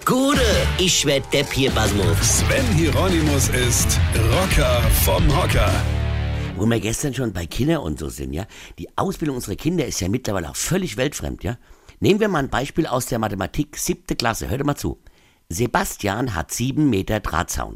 Gude, ich werd Depp hier, Basmus. Sven Hieronymus ist Rocker vom Hocker. Wo wir gestern schon bei Kindern und so sind, ja, die Ausbildung unserer Kinder ist ja mittlerweile auch völlig weltfremd, ja. Nehmen wir mal ein Beispiel aus der Mathematik, 7. Klasse, hört mal zu. Sebastian hat 7 Meter Drahtzaun.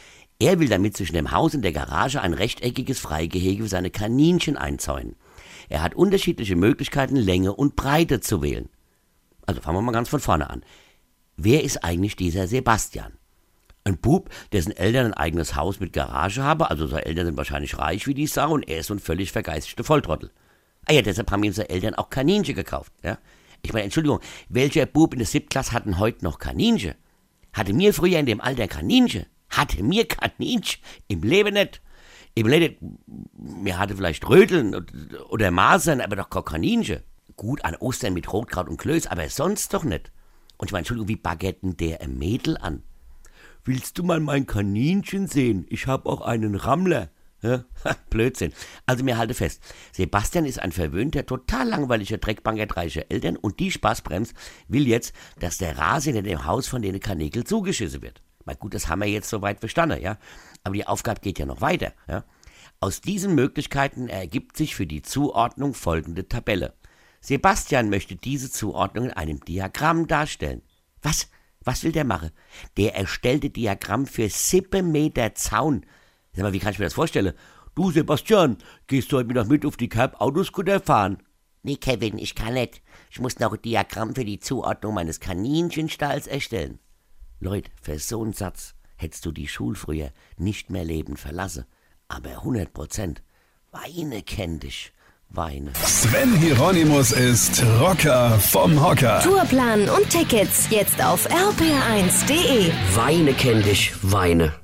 Er will damit zwischen dem Haus und der Garage ein rechteckiges Freigehege für seine Kaninchen einzäunen. Er hat unterschiedliche Möglichkeiten, Länge und Breite zu wählen. Also fangen wir mal ganz von vorne an. Wer ist eigentlich dieser Sebastian? Ein Bub, dessen Eltern ein eigenes Haus mit Garage haben, also seine Eltern sind wahrscheinlich reich wie die Sau und er ist so ein völlig vergeistigter Volltrottel. Ah ja, deshalb haben ihm seine Eltern auch Kaninchen gekauft, ja. Ich meine, Entschuldigung, welcher Bub in der 7. Klasse hat denn heute noch Kaninchen? Hatte mir früher in dem Alter Kaninchen? Hatte mir Kaninchen? Im Leben nicht. Im Leben, mir hatte vielleicht Röteln oder Masern, aber doch kein Kaninchen. Gut, an Ostern mit Rotkraut und Klöß, aber sonst doch nicht. Und ich meine, Entschuldigung, wie baguetten der ein Mädel an? Willst du mal mein Kaninchen sehen? Ich hab auch einen Rammler. Ja? Blödsinn. Also mir halte fest, Sebastian ist ein verwöhnter, total langweiliger Dreckbankett reicher Eltern und die Spaßbremse will jetzt, dass der Rasen in dem Haus von denen Kanickel zugeschissen wird. Na gut, das haben wir jetzt soweit verstanden, ja. Aber die Aufgabe geht ja noch weiter, ja. Aus diesen Möglichkeiten ergibt sich für die Zuordnung folgende Tabelle. Sebastian möchte diese Zuordnung in einem Diagramm darstellen. Was? Was will der machen? Der erstellte Diagramm für 7 Meter Zaun. Sag mal, wie kann ich mir das vorstellen? Du, Sebastian, gehst du heute Mittag mit auf die Kerb Autoscooter fahren? Nee, Kevin, ich kann nicht. Ich muss noch ein Diagramm für die Zuordnung meines Kaninchenstalls erstellen. Leute, für so einen Satz hättest du die Schule früher nicht mehr lebend verlassen. Aber 100%. Weine kenn dich. Weine. Sven Hieronymus ist Rocker vom Hocker. Tourplan und Tickets jetzt auf rpr1.de. Weine kenn dich, Weine.